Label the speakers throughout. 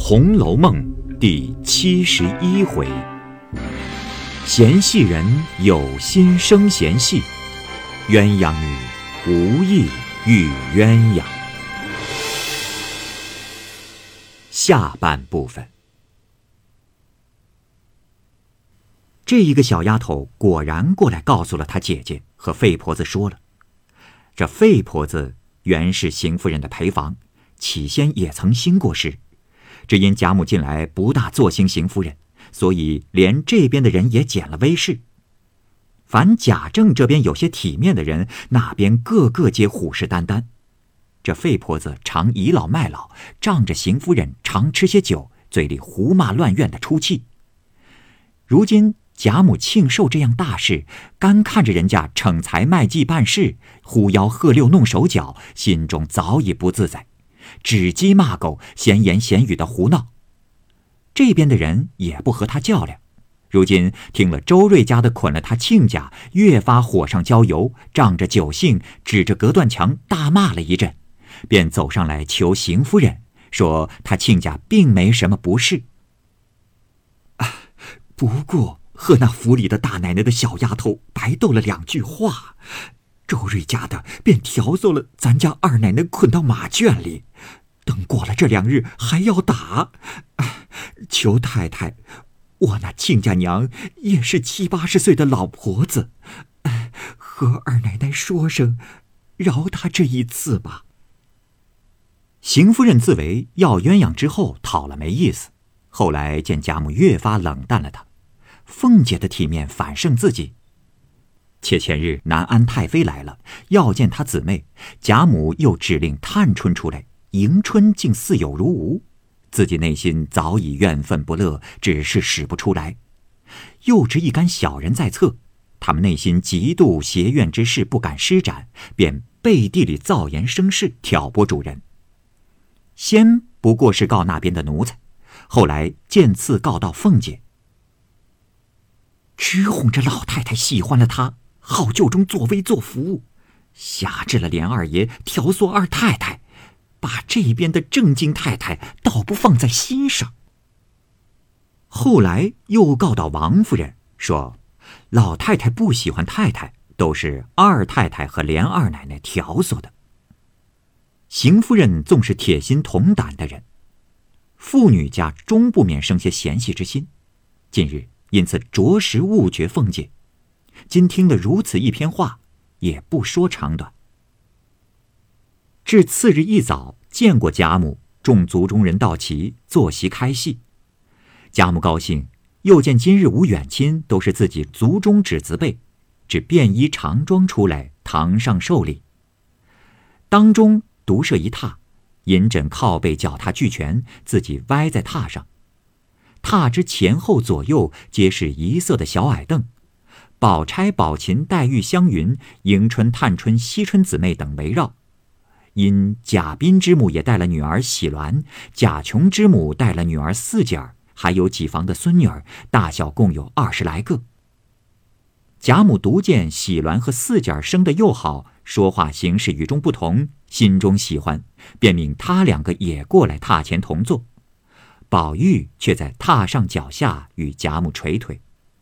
Speaker 1: 红楼梦》第71回，嫌隙人有心生嫌隙，鸳鸯女无意遇鸳鸯。下半部分。这一个小丫头果然过来告诉了她姐姐，和费婆子说了。这费婆子原是邢夫人的陪房，起先也曾兴过事，只因贾母近来不大作兴邢夫人，所以连这边的人也减了威势。凡贾政这边有些体面的人，那边个个皆虎视眈眈。这费婆子常倚老卖老，仗着邢夫人常吃些酒，嘴里胡骂乱怨的出气。如今贾母庆寿这样大事，干看着人家逞才卖技办事，呼吆喝六弄手脚，心中早已不自在，指鸡骂狗，闲言闲语的胡闹。这边的人也不和他较量，如今听了周瑞家的捆了他亲家，越发火上浇油，仗着酒兴，指着隔断墙大骂了一阵，便走上来求邢夫人，说他亲家并没什么不是。不过和那府里的大奶奶的小丫头白斗了2句话，周瑞家的便调唆了咱家二奶奶捆到马圈里，等过了这2日还要打。求太太，我那亲家娘也是70、80岁的老婆子，和二奶奶说声，饶她这一次吧。邢夫人自为要鸳鸯之后讨了没意思，后来见贾母越发冷淡了她，凤姐的体面反胜自己。且前日南安太妃来了，要见她姊妹，贾母又指令探春出来，迎春竟似有如无，自己内心早已怨愤不乐，只是使不出来。又值一干小人在侧，他们内心极度邪怨之事不敢施展，便背地里造言生事，挑拨主人。先不过是告那边的奴才，后来渐次告到凤姐，直哄着老太太喜欢了他，好就中作威作福，辖制了连二爷，调唆二太太，把这边的正经太太倒不放在心上。后来又告到王夫人，说老太太不喜欢太太，都是二太太和连二奶奶调唆的。邢夫人纵是铁心铜胆的人，妇女家终不免生些嫌隙之心，近日因此着实误决凤姐，今听了如此一篇话，也不说长短。至次日一早见过贾母，众族中人到齐，坐席开戏。贾母高兴，又见今日无远亲，都是自己族中侄子辈，只便衣长装出来堂上受礼。当中独设一榻，银枕靠背脚踏俱全，自己歪在榻上。榻之前后左右皆是一色的小矮凳，宝钗、宝琴、黛玉、湘云、迎春、探春、惜春姊妹等围绕。因贾彬之母也带了女儿喜鸾，贾琼之母带了女儿四姐儿，还有几房的孙女儿，大小共有20来个。贾母独见喜鸾和四姐儿生得又好，说话行事与众不同，心中喜欢，便命他2个也过来榻前同坐。宝玉却在榻上脚下与贾母捶腿。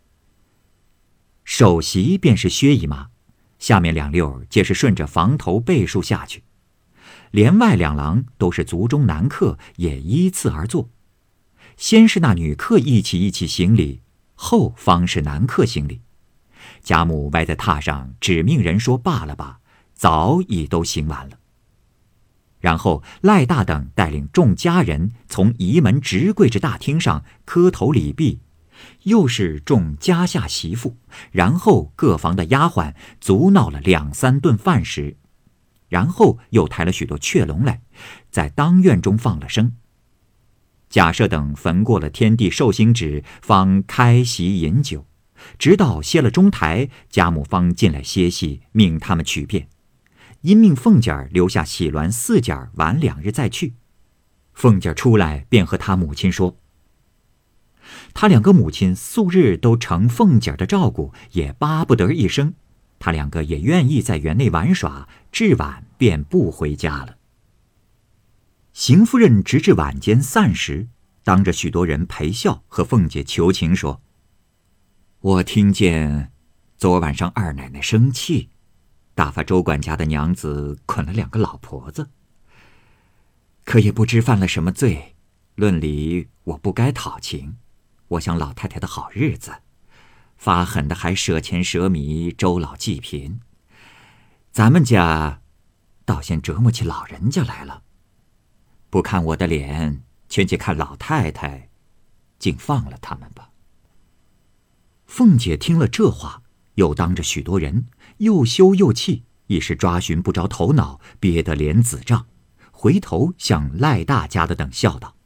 Speaker 1: 首席便是薛姨妈，下面2溜皆是顺着房头背数下去。连外2郎都是族中男客，也依次而坐。先是那女客一起行礼，后方是男客行礼。贾母歪在榻上，只命人说罢了吧，早已都行完了。然后赖大等带领众家人从仪门直跪至大厅上磕头礼毕，又是众家下媳妇，然后各房的丫鬟足闹了2、3顿饭食，然后又抬了许多雀笼来，在当院中放了声。贾赦等焚过了天地寿星纸，方开席饮酒，直到歇了中台，贾母方进来歇息，命他们取便。因命凤姐儿留下喜鸾、四姐儿晚2日再去。凤姐儿出来便和她母亲说，她2个母亲素日都承凤姐儿的照顾，也巴不得一声，她2个也愿意在园内玩耍，至晚便不回家了。邢夫人直至晚间散时， 当着许多人陪笑，和凤姐求情说：“我听见昨晚上二奶奶生气，打发周管家的娘子捆了2个老婆子，可也不知犯了什么罪。论理我不该讨情，我想老太太的好日子，发狠的还舍钱舍米，周老济贫。咱们家倒先折磨起老人家来了。不看我的脸，全且看老太太，竟放了他们吧。”凤姐听了这话，又当着许多人，又羞又气，一时抓寻不着头脑，憋得脸紫胀，回头向赖大家的等笑道：“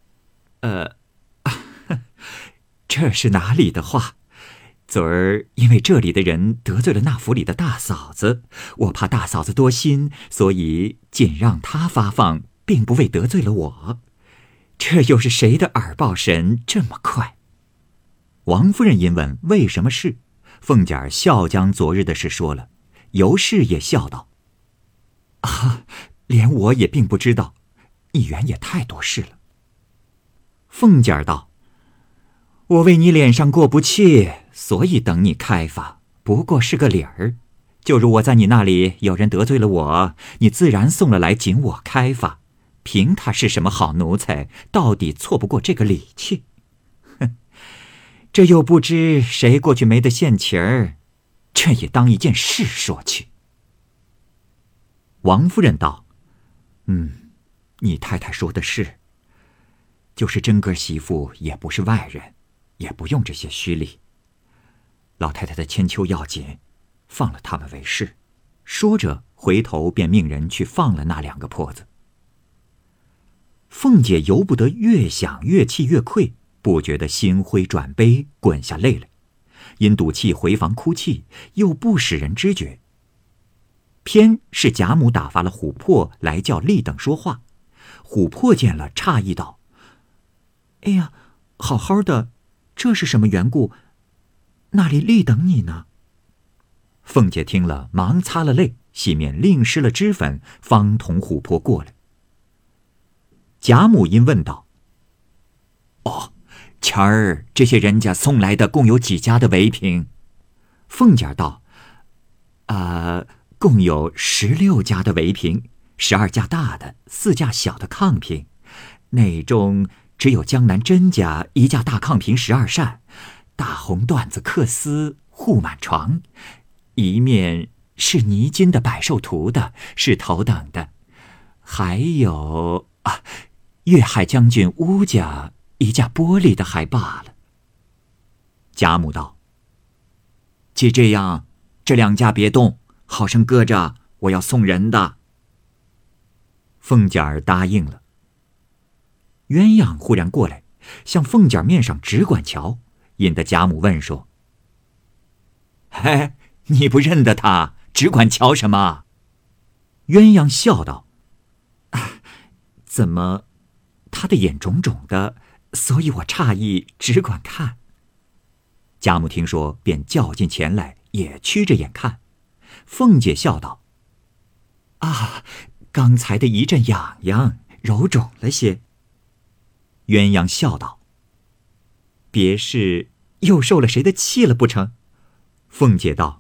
Speaker 1: 这是哪里的话？昨儿因为这里的人得罪了那府里的大嫂子，我怕大嫂子多心，所以仅让她发放，并不为得罪了我。这又是谁的耳报神这么快？”王夫人因问为什么事，凤姐儿笑将昨日的事说了，尤氏也笑道：“啊，连我也并不知道，一园也太多事了。”凤姐儿道：“我为你脸上过不去，所以等你开发，不过是个理儿。就如我在你那里有人得罪了我，你自然送了来请我开发，凭他是什么好奴才，到底错不过这个理去。哼，这又不知谁过去没得现情儿，这也当一件事说去。”王夫人道：“你太太说的是，就是真个媳妇也不是外人，也不用这些虚礼。老太太的千秋要紧，放了他们为是。”说着回头便命人去放了那2个婆子。凤姐由不得越想越气越愧，不觉得心灰转悲，滚下泪来，因赌气回房哭泣，又不使人知觉。偏是贾母打发了琥珀来叫丽等说话，琥珀见了诧异道：“哎呀，好好的，这是什么缘故？那里丽等你呢？”凤姐听了，忙擦了泪，洗面另施了脂粉，方同琥珀过来。贾母因问道：“哦，前儿这些人家送来的共有几家的围屏？”凤姐道：“共有16家的围屏，12架大的，4架小的炕屏，内中只有江南甄家1架大炕屏12扇，大红缎子缂丝护满床，一面是泥金的百寿图的，是头等的，还有粤海将军乌家1架玻璃的还罢了。”贾母道：“既这样，这2架别动，好生搁着，我要送人的。”凤姐儿答应了。鸳鸯忽然过来，向凤姐儿面上只管瞧，引得贾母问说：“嘿，你不认得他，只管瞧什么？”鸳鸯笑道：“怎么他的眼肿肿的，所以我诧异，只管看。”贾母听说，便叫进前来，也曲着眼看。凤姐笑道：“刚才的一阵痒痒，揉肿了些。”鸳鸯笑道：“别是又受了谁的气了不成？”凤姐道：“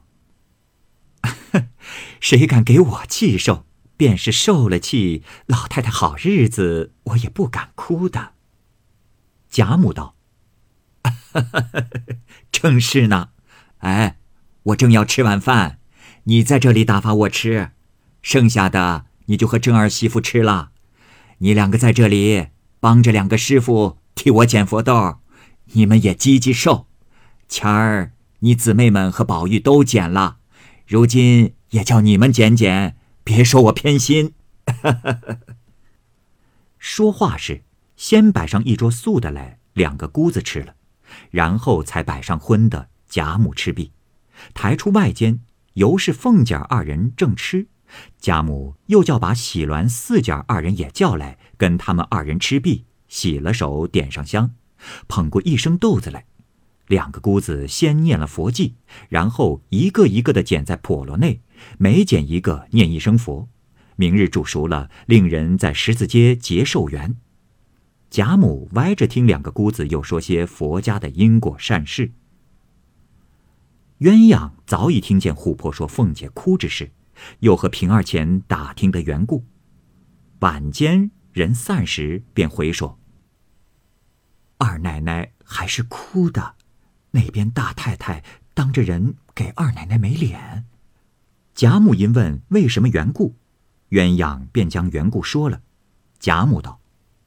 Speaker 1: 谁敢给我气受？便是受了气，老太太好日子，我也不敢哭的。”贾母道：“正是呢。我正要吃晚饭，你在这里打发我吃，剩下的你就和甄儿媳妇吃了。你2个在这里帮着2个师傅替我捡佛豆，你们也积积寿。前儿你姊妹们和宝玉都捡了，如今也叫你们捡捡，别说我偏心。”说话时，先摆上一桌素的来，2个姑子吃了，然后才摆上荤的，贾母吃毕，抬出外间，尤氏凤姐2人正吃，贾母又叫把喜鸾4姐2人也叫来，跟他们2人吃毕，洗了手，点上香，捧过1升豆子来。2个姑子先念了佛偈，然后一个一个的捡在笸箩内，每捡一个念1声佛。明日煮熟了，令人在十字街结寿园。 贾母歪着听两个姑子又说些佛家的因果善事。鸳鸯早已听见琥珀说凤姐哭之事，又和平儿前打听的缘故。晚间人散时，便回说：二奶奶还是哭的，那边大太太当着人给二奶奶没脸。贾母因问为什么缘故，鸳鸯便将缘故说了。贾母道：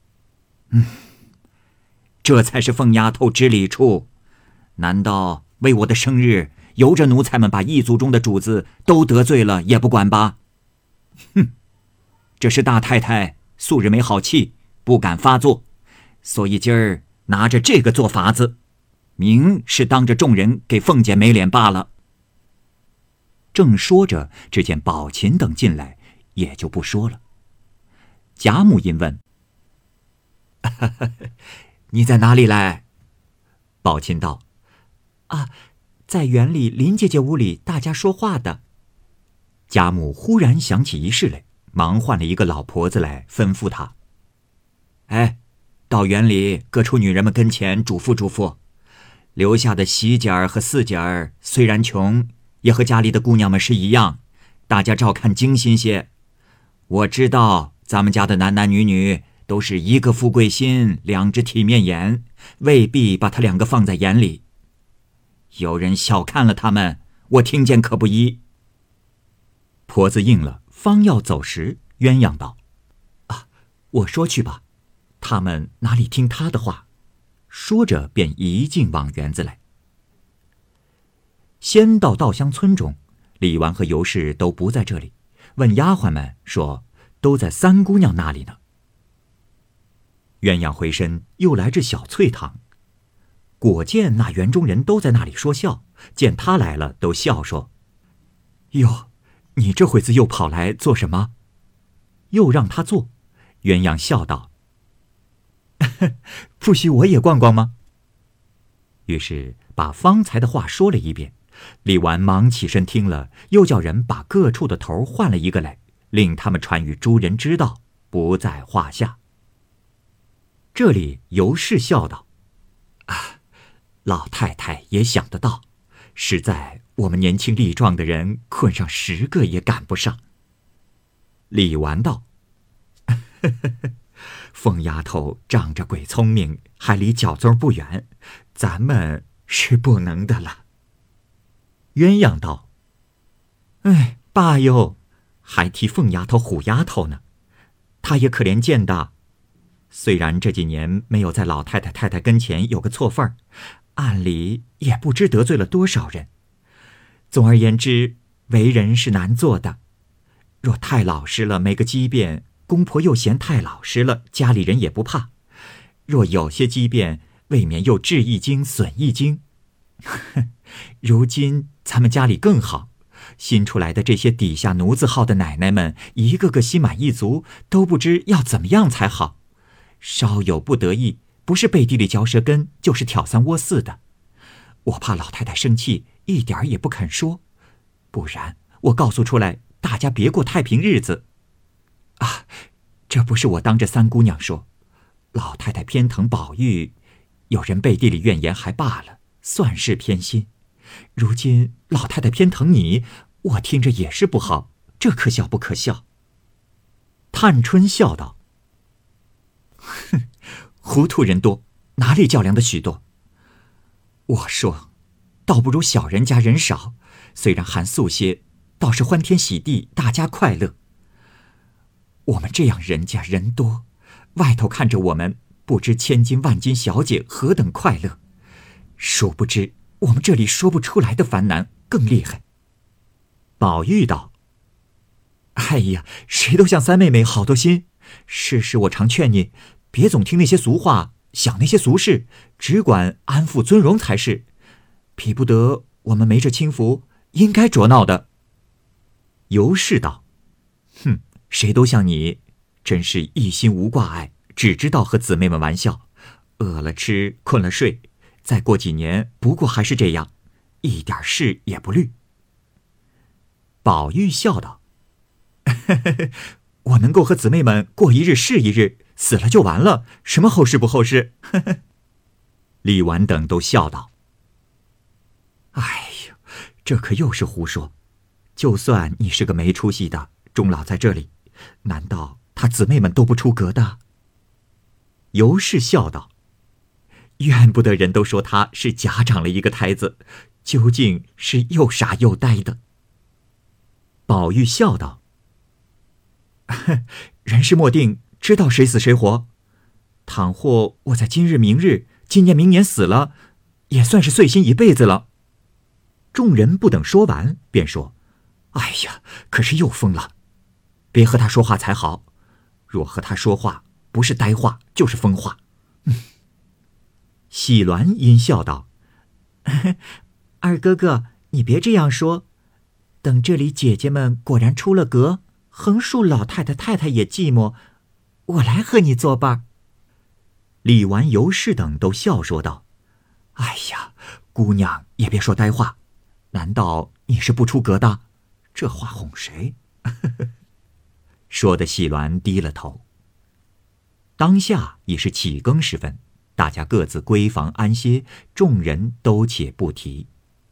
Speaker 1: 这才是凤丫头知理处。难道为我的生日，由着奴才们把一族中的主子都得罪了也不管吧？这是大太太素日没好气，不敢发作，所以今儿拿着这个做法子，明是当着众人给凤姐没脸罢了。正说着，只见宝琴等进来，也就不说了。贾母因问：你在哪里来？宝琴道：在园里林姐姐屋里大家说话的。贾母忽然想起一事来，忙唤了一个老婆子来，吩咐她：到园里各处女人们跟前嘱咐嘱咐，留下的喜姐儿和四姐儿虽然穷，也和家里的姑娘们是一样，大家照看精心些。我知道咱们家的男男女女都是一个富贵心，两只体面眼，未必把他两个放在眼里。有人小看了他们，我听见可不依。婆子应了，方要走时，鸳鸯道：我说去吧，他们哪里听他的话？说着便一径往园子来。先到稻香村中，李纨和尤氏都不在这里，问丫鬟们说都在三姑娘那里呢。鸳鸯回身又来至小翠堂，果见那园中人都在那里说笑，见他来了，都笑说：哟，你这会子又跑来做什么？又让他坐。鸳鸯笑道：不许我也逛逛吗？于是把方才的话说了一遍。李纨忙起身听了，又叫人把各处的头换了一个来，令他们传与诸人知道，不在话下。这里尤氏笑道：老太太也想得到，实在我们年轻力壮的人困上10个也赶不上。李纨道：凤丫头仗着鬼聪明，还离脚踪不远，咱们是不能的了。鸳鸯道：罢哟，还提凤丫头虎丫头呢，她也可怜见的。虽然这几年没有在老太太太太跟前有个错份儿，暗里也不知得罪了多少人。总而言之，为人是难做的。若太老实了，没个机变，公婆又嫌太老实了，家里人也不怕；若有些机变，未免又智一惊损一惊。如今咱们家里更好，新出来的这些底下奴字号的奶奶们，一个个心满意足，都不知要怎么样才好。稍有不得意，不是背地里嚼舌根，就是挑三窝四的。我怕老太太生气，一点儿也不肯说，不然我告诉出来，大家别过太平日子。这不是我当着三姑娘说，老太太偏疼宝玉，有人背地里怨言还罢了，算是偏心。如今老太太偏疼你，我听着也是不好，这可笑不可笑？探春笑道：糊涂人多，哪里较量的许多？我说，倒不如小人家人少，虽然寒素些，倒是欢天喜地，大家快乐。我们这样人家人多，外头看着我们，不知千金万金小姐何等快乐，殊不知我们这里说不出来的烦难更厉害。宝玉道：谁都像三妹妹好多心，事我常劝你，别总听那些俗话，想那些俗事，只管安富尊荣才是，比不得我们没这轻福，应该着闹的。尤氏道：谁都像你，真是一心无挂碍，只知道和姊妹们玩笑，饿了吃，困了睡，再过几年不过还是这样，一点事也不虑。宝玉笑道：我能够和姊妹们过一日是一日， 死了就完了，什么后事不后事？呵呵。李纨等都笑道：哎呦，这可又是胡说！就算你是个没出息的，终老在这里，难道他姊妹们都不出阁的？尤氏笑道：怨不得人都说他是假长了一个胎子，究竟是又傻又呆的。宝玉笑道：人事莫定，知道谁死谁活。倘或我在今日明日、今年明年死了，也算是碎心一辈子了。众人不等说完，便说：哎呀，可是又疯了，别和他说话才好。若和他说话，不是呆话就是疯话。喜鸾阴笑道：二哥哥，你别这样说，等这里姐姐们果然出了阁，横竖老太太太太也寂寞，我来和你作伴。李纨、尤氏等都笑说道：哎呀，姑娘也别说呆话，难道你是不出阁的？这话哄谁？说的喜鸾低了头。当下已是起更时分，大家各自闺房安歇，众人都且不提。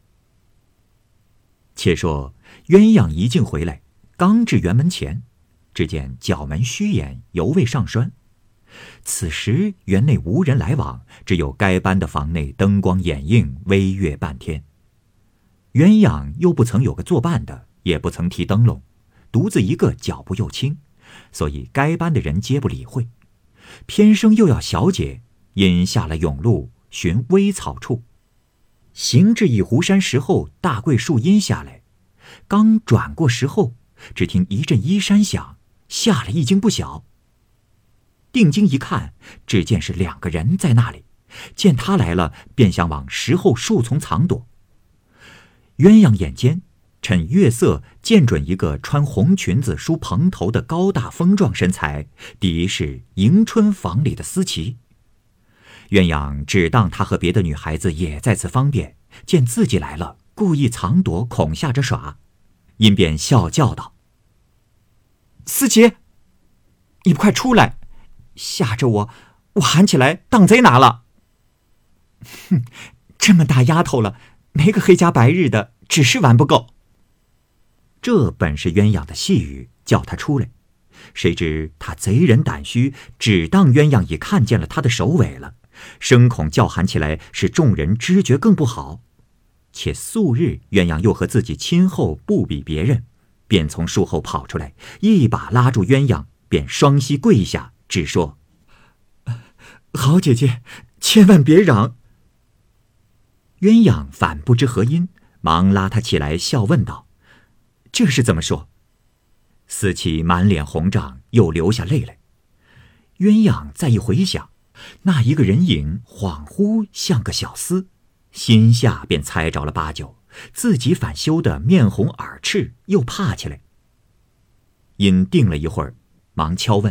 Speaker 1: 且说鸳鸯一进回来，刚至园门前，只见角门虚掩，犹未上栓。此时园内无人来往，只有该班的房内灯光掩映，微月半天。鸳鸯又不曾有个作伴的，也不曾提灯笼，独自一个脚步又轻，所以该班的人皆不理会。偏生又要小姐，因下了甬路，寻微草处，行至一湖山石后大桂树荫下来，刚转过石后，只听一阵衣衫响，吓了一惊不小。定睛一看，只见是两个人在那里，见他来了，便想往石后树丛藏躲。鸳鸯眼尖，趁月色见准一个穿红裙子梳蓬头的高大丰壮身材，敌是迎春房里的思琪。鸳鸯只当他和别的女孩子也在此方便，见自己来了，故意藏躲，恐吓着耍，因便笑叫道：思琪，你不快出来，吓着我喊起来当贼拿了。哼，这么大丫头了，没个黑家白日的，只是玩不够。这本是鸳鸯的戏语，叫他出来，谁知他贼人胆虚，只当鸳鸯已看见了他的首尾了，生恐叫喊起来，使众人知觉更不好。且素日鸳鸯又和自己亲厚，不比别人，便从树后跑出来，一把拉住鸳鸯，便双膝跪下，只说：好姐姐，千万别嚷。鸳鸯反不知何因，忙拉他起来，笑问道：这是怎么说？思琪满脸红胀，又流下泪来。鸳鸯再一回想，那一个人影恍惚像个小厮，心下便猜着了八九，自己反羞得面红耳赤，又怕起来。因定了一会儿，忙敲问：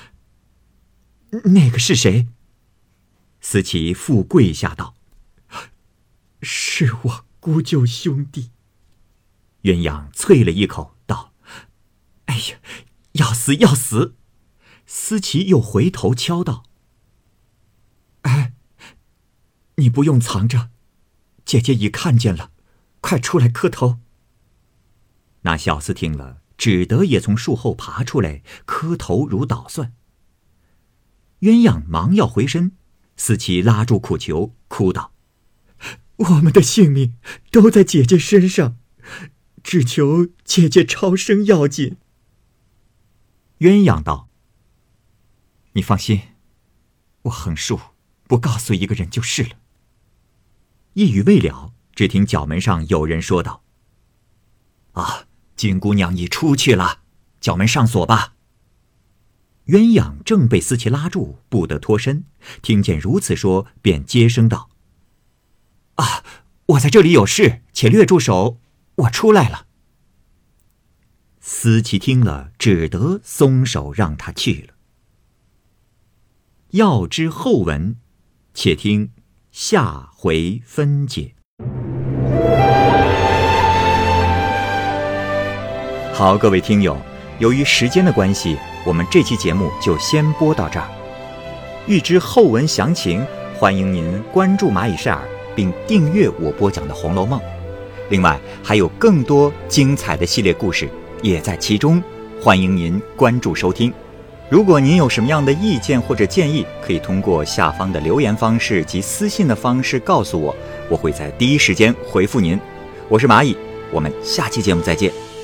Speaker 1: 那个是谁？思琪复跪下道：是我姑舅兄弟。鸳鸯啐了一口道：哎呀，要死要死！思琪又回头敲道：哎，你不用藏着，姐姐已看见了，快出来磕头。那小厮听了，只得也从树后爬出来，磕头如捣蒜。鸳鸯忙要回身，思琪拉住苦求，哭道：我们的性命都在姐姐身上，只求姐姐超生要紧。鸳鸯道：你放心，我横竖不告诉一个人就是了。一语未了，只听角门上有人说道：啊，金姑娘已出去了，角门上锁吧。鸳鸯正被思琪拉住，不得脱身，听见如此说，便接声道：啊，我在这里有事，且略住手，我出来了。思琪听了，只得松手让他去了。要知后文，且听下回分解。好，各位听友，由于时间的关系，我们这期节目就先播到这儿。 欲知后文详情，欢迎您关注蚂蚁晒尔，并订阅我播讲的《红楼梦》。另外还有更多精彩的系列故事也在其中，欢迎您关注收听。如果您有什么样的意见或者建议，可以通过下方的留言方式及私信的方式告诉我，我会在第一时间回复您。我是蚂蚁，我们下期节目再见。